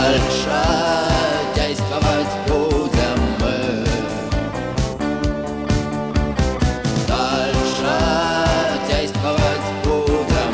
Дальше действовать будем мы. Дальше действовать будем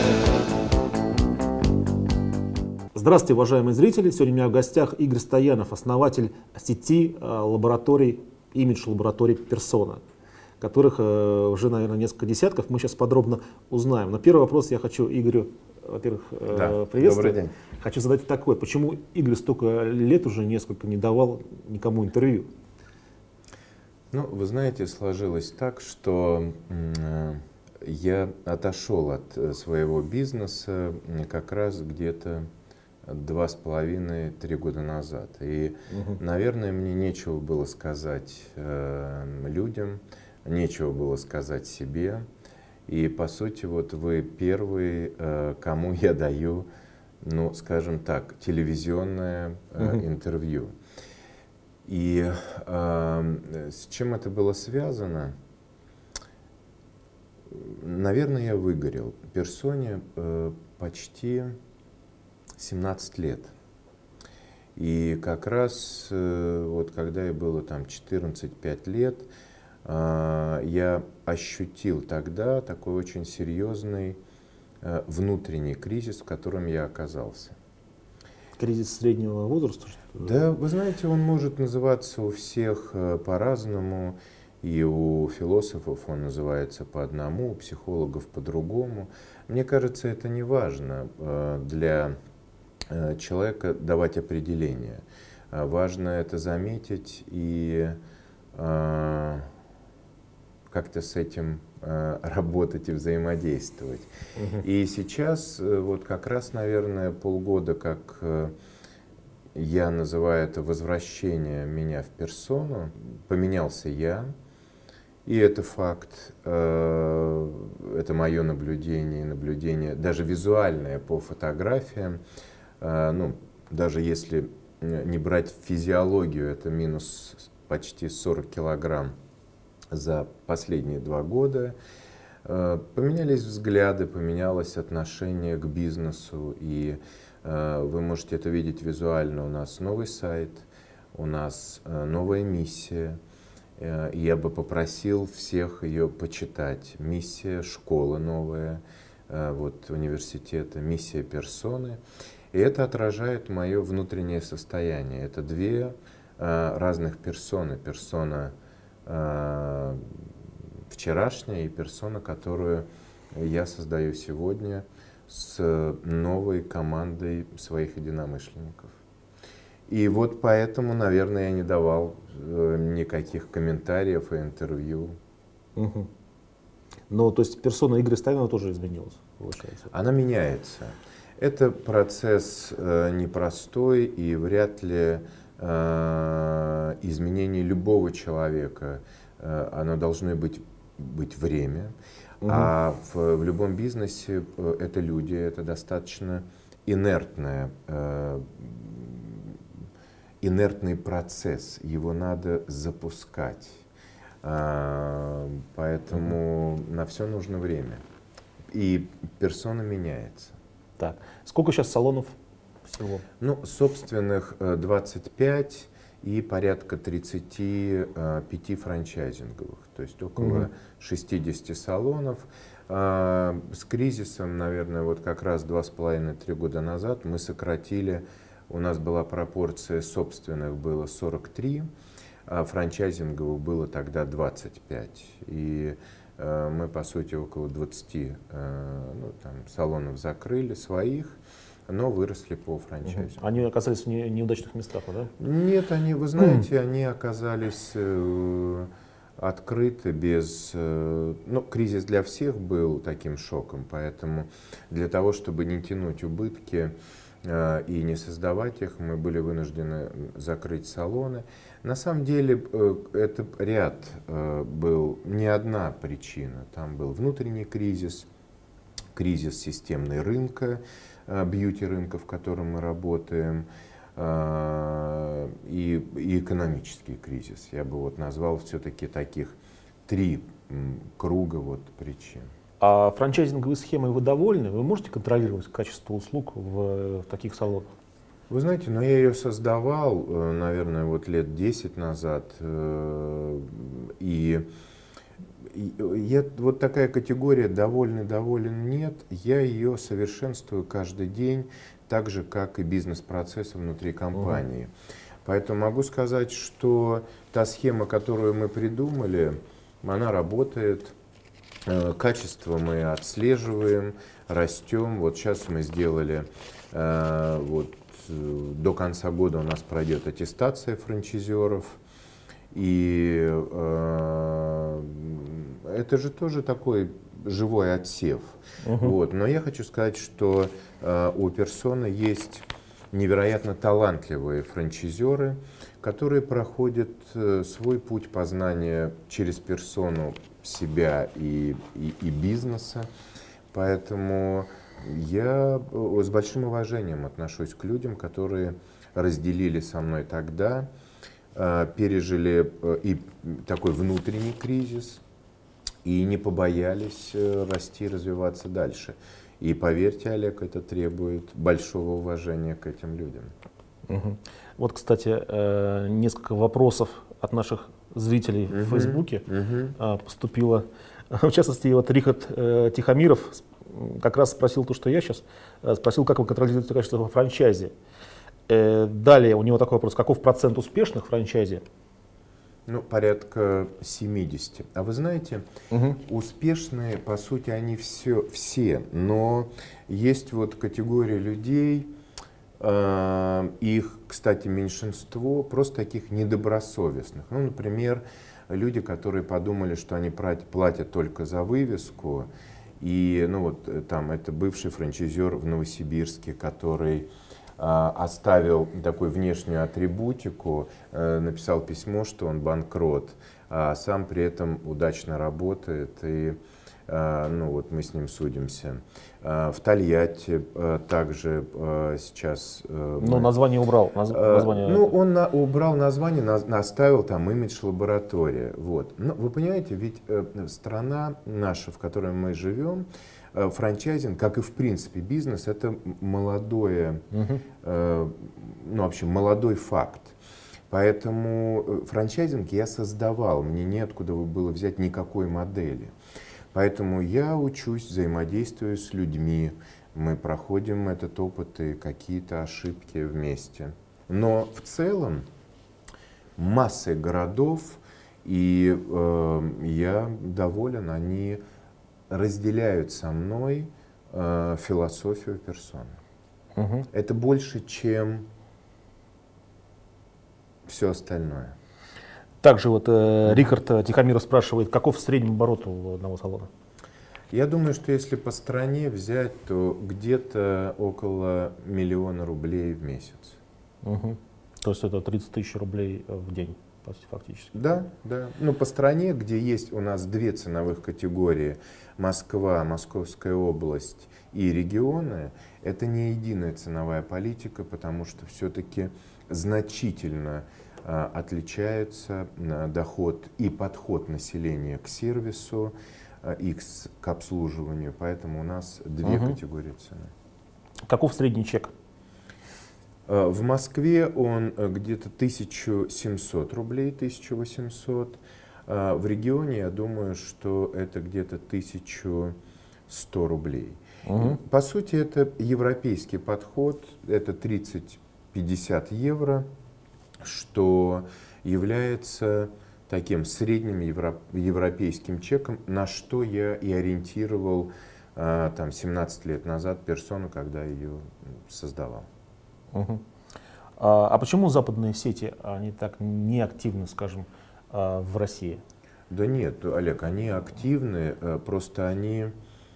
мы. Здравствуйте, уважаемые зрители! Сегодня у меня в гостях Игорь Стоянов, основатель сети лабораторий, имидж-лабораторий Persona, которых уже, наверное, несколько десятков. Мы сейчас подробно узнаем. Но первый вопрос я хочу Игорю, во-первых, приветствовать. Добрый день. Хочу задать такой. Почему Игорь столько лет уже несколько не давал никому интервью? Ну, вы знаете, сложилось так, что я отошел от своего бизнеса как раз где-то 2,5-3 года назад. И, наверное, мне нечего было сказать людям, нечего было сказать себе. И, по сути, вот вы первый, кому я даю, ну, скажем так, телевизионное интервью. И с чем это было связано? Наверное, я выгорел. Персоне почти 17 лет. И как раз вот когда я было там 14-15 лет, я ощутил тогда такой очень серьезный внутренний кризис, в котором я оказался. Кризис среднего возраста? Да, вы знаете, он может называться у всех по-разному. И у философов он называется по одному, у психологов по-другому. Мне кажется, это не важно для человека давать определение. Важно это заметить и как-то с этим работать и взаимодействовать. И сейчас вот как раз, наверное, полгода, как я называю это возвращение меня в персону, поменялся я. И это факт, это мое наблюдение, даже визуальное по фотографиям. Ну, даже если не брать физиологию, это минус почти 40 килограмм за последние 2 года. Поменялись взгляды, поменялось отношение к бизнесу. И вы можете это видеть визуально. У нас новый сайт, у нас новая миссия. Я бы попросил всех ее почитать. Миссия школы новая, вот университета, миссия персоны. И это отражает мое внутреннее состояние. Это 2 разных персоны. Персона вчерашняя и персона, которую я создаю сегодня с новой командой своих единомышленников. И вот поэтому, наверное, я не давал никаких комментариев и интервью. Ну, то есть персона Игоря Стоянова тоже изменилась, получается? Она меняется. Это процесс непростой, и вряд ли изменение любого человека, оно должно быть время. А в любом бизнесе это люди, это достаточно инертный процесс, его надо запускать. Поэтому на все нужно время. И персона меняется. Так, сколько сейчас салонов всего? Ну, собственных 25 и порядка 35 франчайзинговых, то есть около 60 салонов. С кризисом, наверное, вот как раз 2,5-3 года назад мы сократили, у нас была пропорция собственных было 43, а франчайзинговых было тогда 25. И мы, по сути, около 20 салонов закрыли своих, но выросли по франчайзингу. Они оказались в неудачных местах, да? Нет, вы знаете, они оказались открыты без... Ну, кризис для всех был таким шоком, поэтому для того, чтобы не тянуть убытки и не создавать их, мы были вынуждены закрыть салоны. На самом деле, это ряд был, не одна причина. Там был внутренний кризис, кризис системный рынка, бьюти-рынка, в котором мы работаем, и экономический кризис. Я бы вот назвал все-таки таких 3 круга причин. А франчайзинговой схемой вы довольны? Вы можете контролировать качество услуг в таких салонах? Вы знаете, но я ее создавал, наверное, вот лет 10 назад. И вот такая категория «доволен, доволен, нет», я ее совершенствую каждый день, так же, как и бизнес-процессы внутри компании. Поэтому могу сказать, что та схема, которую мы придумали, она работает, качество мы отслеживаем, растем. Вот сейчас мы сделали, вот, до конца года у нас пройдет аттестация франчайзеров. И это же тоже такой живой отсев. Вот. Но я хочу сказать, что у Персоны есть невероятно талантливые франчайзеры, которые проходят свой путь познания через персону себя и бизнеса. Поэтому я с большим уважением отношусь к людям, которые разделили со мной тогда, пережили и такой внутренний кризис, и не побоялись расти, развиваться дальше. И поверьте, Олег, это требует большого уважения к этим людям. Вот, кстати, несколько вопросов от наших зрителей в Фейсбуке поступило. В частности, вот Рихард Тихомиров как раз спросил то, что я сейчас спросил, как вы контролируете качество во франчайзе. Далее у него такой вопрос: каков процент успешных франчайзи? Ну, порядка 70. А вы знаете, успешные, по сути, они все, но есть вот категория людей, их, кстати, меньшинство, просто таких недобросовестных. Ну, например, люди, которые подумали, что они платят только за вывеску, и, ну, вот там, это бывший франчайзер в Новосибирске, который оставил такую внешнюю атрибутику, написал письмо, что он банкрот, а сам при этом удачно работает, и ну, вот мы с ним судимся. В Тольятти также сейчас... Но название убрал. Ну, он убрал название, оставил там имидж лаборатория. Вот. Но вы понимаете, ведь страна наша, в которой мы живем, франчайзинг, как и в принципе бизнес, это молодое, ну, вообще молодой факт. Поэтому франчайзинг я создавал, мне неоткуда было взять никакой модели. Поэтому я учусь, взаимодействую с людьми, мы проходим этот опыт и какие-то ошибки вместе. Но в целом массы городов, и я доволен, они разделяют со мной философию персоны. Это больше, чем все остальное. Также вот Рихард Тихомиров спрашивает, каков в среднем оборот у одного салона? Я думаю, что если по стране взять, то где-то около 1 000 000 рублей в месяц. То есть это 30 тысяч рублей в день, фактически. Да, да. Ну, по стране, где есть у нас две ценовых категории, Москва, Московская область и регионы, это не единая ценовая политика, потому что все-таки значительно отличается доход и подход населения к сервису и к обслуживанию, поэтому у нас две категории цены. Каков средний чек? В Москве он где-то 1700 рублей, 1800. В регионе, я думаю, что это где-то 1100 рублей. По сути, это европейский подход, это 30-50 евро, что является таким средним европейским чеком, на что я и ориентировал там 17 лет назад персону, когда ее создавал. А почему западные сети, они так неактивны, скажем, в России? Да нет, Олег, они активны, просто они...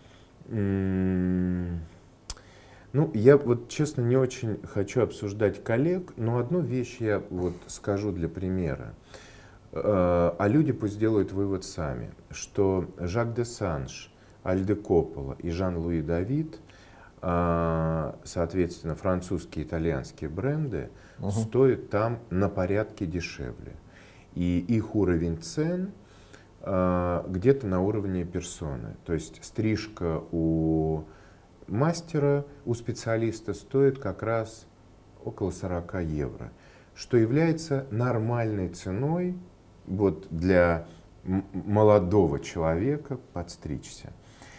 Ну, я вот честно не очень хочу обсуждать коллег, но одну вещь я вот скажу для примера. А люди пусть сделают вывод сами, что Жак де Санж, Аль де Коппола и Жан-Луи Давид, соответственно, французские и итальянские бренды, стоят там на порядке дешевле. И их уровень цен где-то на уровне персоны. То есть стрижка у мастера, у специалиста стоит как раз около 40 евро, что является нормальной ценой вот для молодого человека подстричься.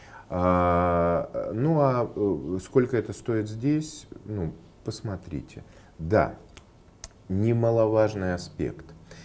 Сколько это стоит здесь? Ну, посмотрите. Да, немаловажный аспект.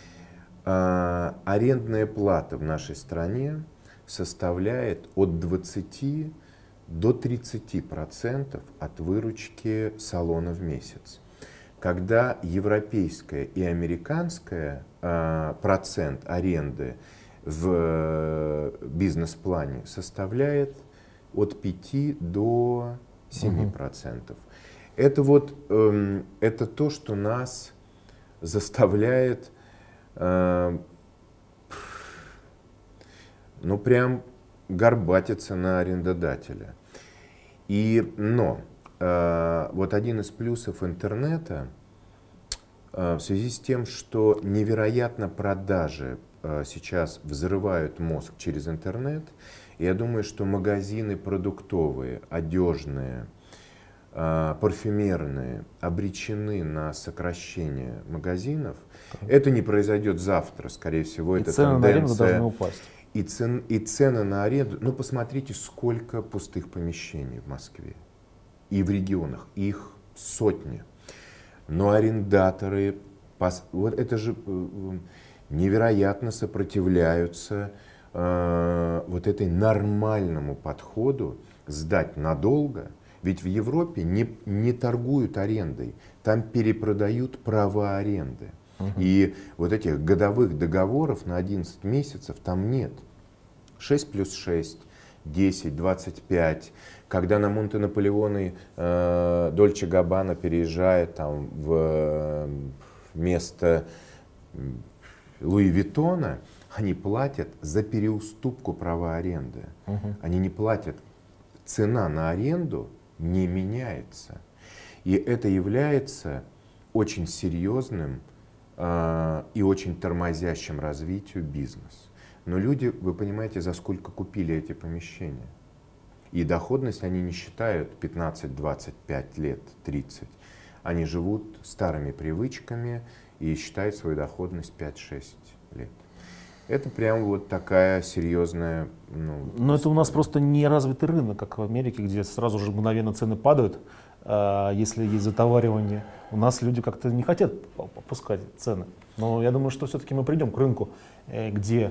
Арендная плата в нашей стране составляет от 20 до 30% от выручки салона в месяц. Когда европейская и американская процент аренды в бизнес-плане составляет от 5 до 7%. Это вот это то, что нас заставляет ну прям горбатиться на арендодателя. Но вот один из плюсов интернета в связи с тем, что невероятно продажи сейчас взрывают мозг через интернет, я думаю, что магазины продуктовые, одежные, парфюмерные обречены на сокращение магазинов. Это не произойдет завтра, скорее всего, это цены на аренду должны упасть. И цены на аренду. Ну, посмотрите, сколько пустых помещений в Москве и в регионах. Их сотни. Но арендаторы, вот это же невероятно сопротивляются вот этой нормальному подходу сдать надолго. Ведь в Европе не торгуют арендой, там перепродают права аренды. И вот этих годовых договоров на 11 месяцев там нет. 6 плюс 6, 10, 25. Когда на Монте-Наполеоне Дольче Габбана переезжает там в место Луи Виттона, они платят за переуступку права аренды. Они не платят. Цена на аренду не меняется. И это является очень серьезным и очень тормозящим развитию бизнеса. Но люди, вы понимаете, за сколько купили эти помещения. И доходность они не считают 15, 25 лет, 30. Они живут старыми привычками и считают свою доходность 5-6 лет. Это прям вот такая серьезная... Но это у нас просто не развитый рынок, как в Америке, где сразу же мгновенно цены падают, если есть затоваривание. У нас люди как-то не хотят опускать цены. Но я думаю, что все-таки мы придем к рынку, где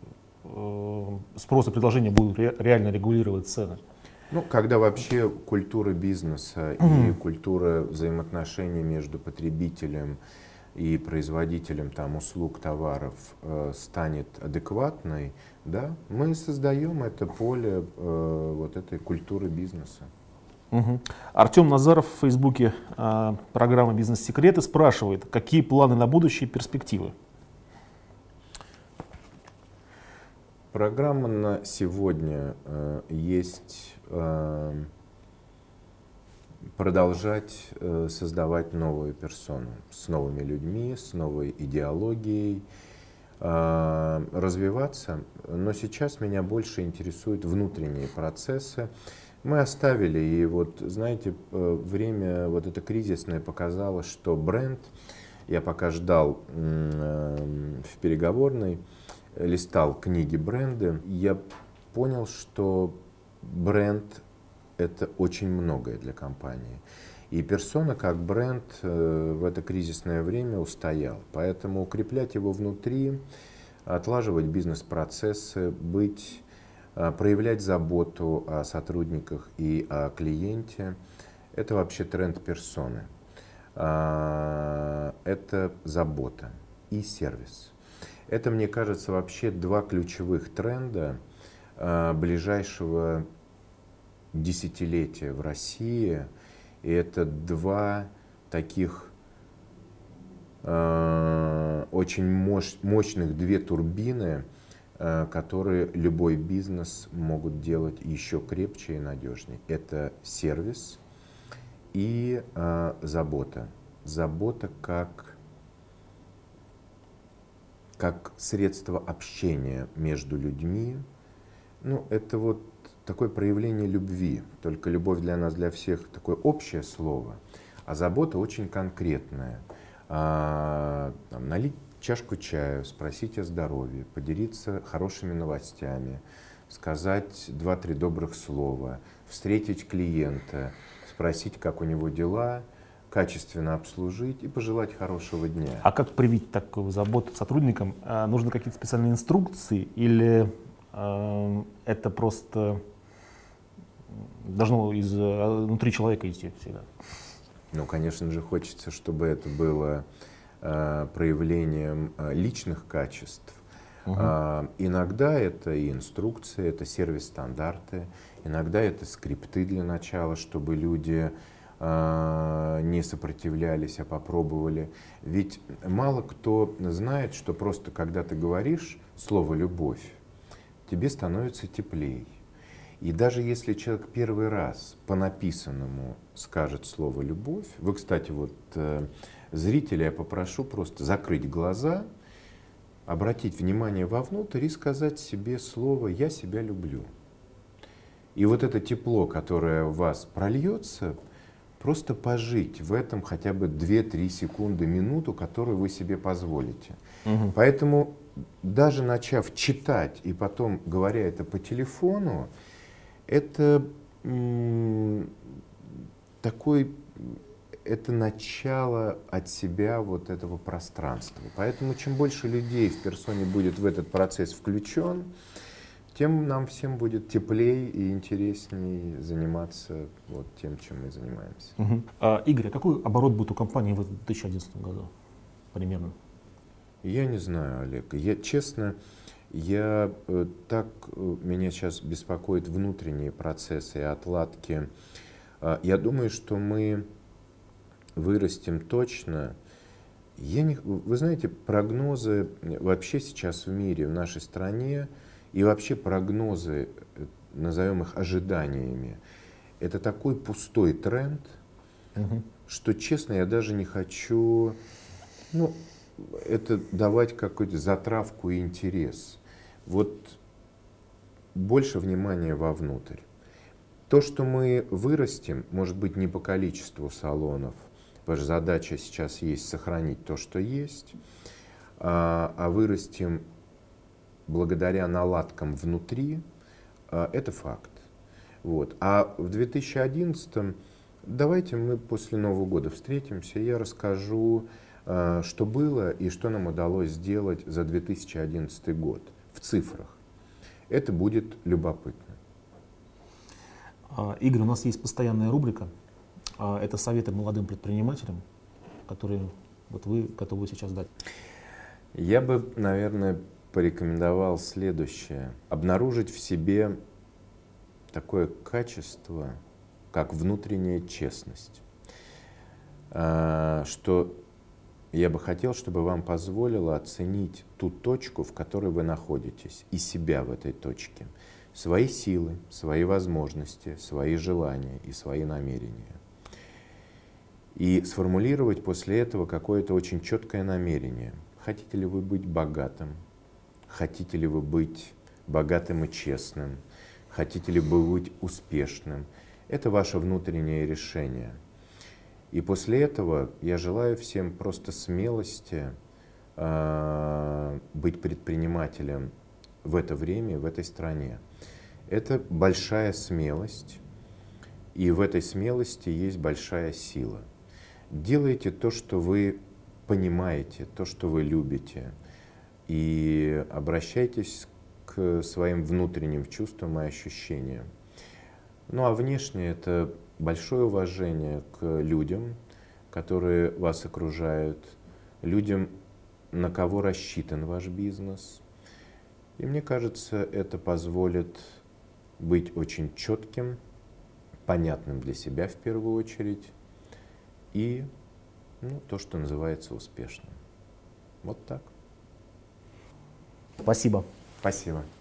спрос и предложение будут реально регулировать цены. Ну, когда вообще культура бизнеса и культура взаимоотношений между потребителем и производителем там, услуг, товаров станет адекватной, да, мы создаем это поле вот этой культуры бизнеса. Артем Назаров в Фейсбуке программы «Бизнес-секреты» спрашивает, какие планы на будущее и перспективы? Программа на сегодня есть продолжать создавать новую персону с новыми людьми, с новой идеологией, развиваться. Но сейчас меня больше интересуют внутренние процессы. Мы оставили, и вот, знаете, время вот это кризисное показало, что бренд, я пока ждал в переговорной, листал книги бренды, я понял, что бренд — это очень многое для компании. И персона как бренд в это кризисное время устоял. Поэтому укреплять его внутри, отлаживать бизнес-процессы, проявлять заботу о сотрудниках и о клиенте — это вообще тренд персоны. Это забота и сервис. Это, мне кажется, вообще два ключевых тренда ближайшего десятилетия в России. И это два таких очень мощных две турбины, которые любой бизнес могут делать еще крепче и надежнее. Это сервис и забота. Забота как средство общения между людьми. Ну, это вот такое проявление любви. Только любовь для нас, для всех, такое общее слово. а забота очень конкретная. Там, налить чашку чаю, спросить о здоровье, поделиться хорошими новостями, сказать 2-3 добрых слова, встретить клиента, спросить, как у него дела, качественно обслужить и пожелать хорошего дня. А как привить такую заботу сотрудникам? Нужны какие-то специальные инструкции или это просто должно внутри человека идти всегда? Ну, конечно же, хочется, чтобы это было проявлением личных качеств. Иногда это и инструкции, это сервис-стандарты, иногда это скрипты для начала, чтобы люди не сопротивлялись, а попробовали. Ведь мало кто знает, что просто когда ты говоришь слово «любовь», тебе становится теплей. И даже если человек первый раз по написанному скажет слово «любовь», вы, кстати, вот зрителя я попрошу просто закрыть глаза, обратить внимание вовнутрь и сказать себе слово «я себя люблю». И вот это тепло, которое в вас прольется, просто пожить в этом хотя бы 2-3 секунды, минуту, которую вы себе позволите. Поэтому даже начав читать и потом говоря это по телефону, это это начало от себя вот этого пространства. Поэтому чем больше людей в персоне будет в этот процесс включен, тем нам всем будет теплее и интереснее заниматься вот тем, чем мы занимаемся. Игорь, а какой оборот будет у компании в 2011 году примерно? Я не знаю, Олег. Честно, меня сейчас беспокоят внутренние процессы и отладки. Я думаю, что мы вырастем точно. Вы знаете, прогнозы вообще сейчас в мире, в нашей стране, и вообще прогнозы, назовем их ожиданиями, это такой пустой тренд, что, честно, я даже не хочу это давать какую-то затравку и интерес. Вот больше внимания вовнутрь. То, что мы вырастем, может быть, не по количеству салонов, потому что задача сейчас есть сохранить то, что есть, а вырастем благодаря наладкам внутри, это факт. Вот. А в 2011 давайте мы после Нового года встретимся, и я расскажу, что было и что нам удалось сделать за 2011 год в цифрах. Это будет любопытно. Игорь, у нас есть постоянная рубрика. Это советы молодым предпринимателям, которые вот вы готовы сейчас дать. Я бы, наверное, порекомендовал следующее. Обнаружить в себе такое качество, как внутренняя честность. Что я бы хотел, чтобы вам позволило оценить ту точку, в которой вы находитесь, и себя в этой точке. Свои силы, свои возможности, свои желания и свои намерения. И сформулировать после этого какое-то очень четкое намерение. Хотите ли вы быть богатым? Хотите ли вы быть богатым и честным? Хотите ли вы быть успешным? Это ваше внутреннее решение. И после этого я желаю всем просто смелости быть предпринимателем в это время, в этой стране. Это большая смелость, и в этой смелости есть большая сила. Делайте то, что вы понимаете, то, что вы любите, и обращайтесь к своим внутренним чувствам и ощущениям. Ну а внешне это большое уважение к людям, которые вас окружают, людям, на кого рассчитан ваш бизнес. И мне кажется, это позволит быть очень четким, понятным для себя в первую очередь, и то, что называется успешным. Вот так. Спасибо. Спасибо.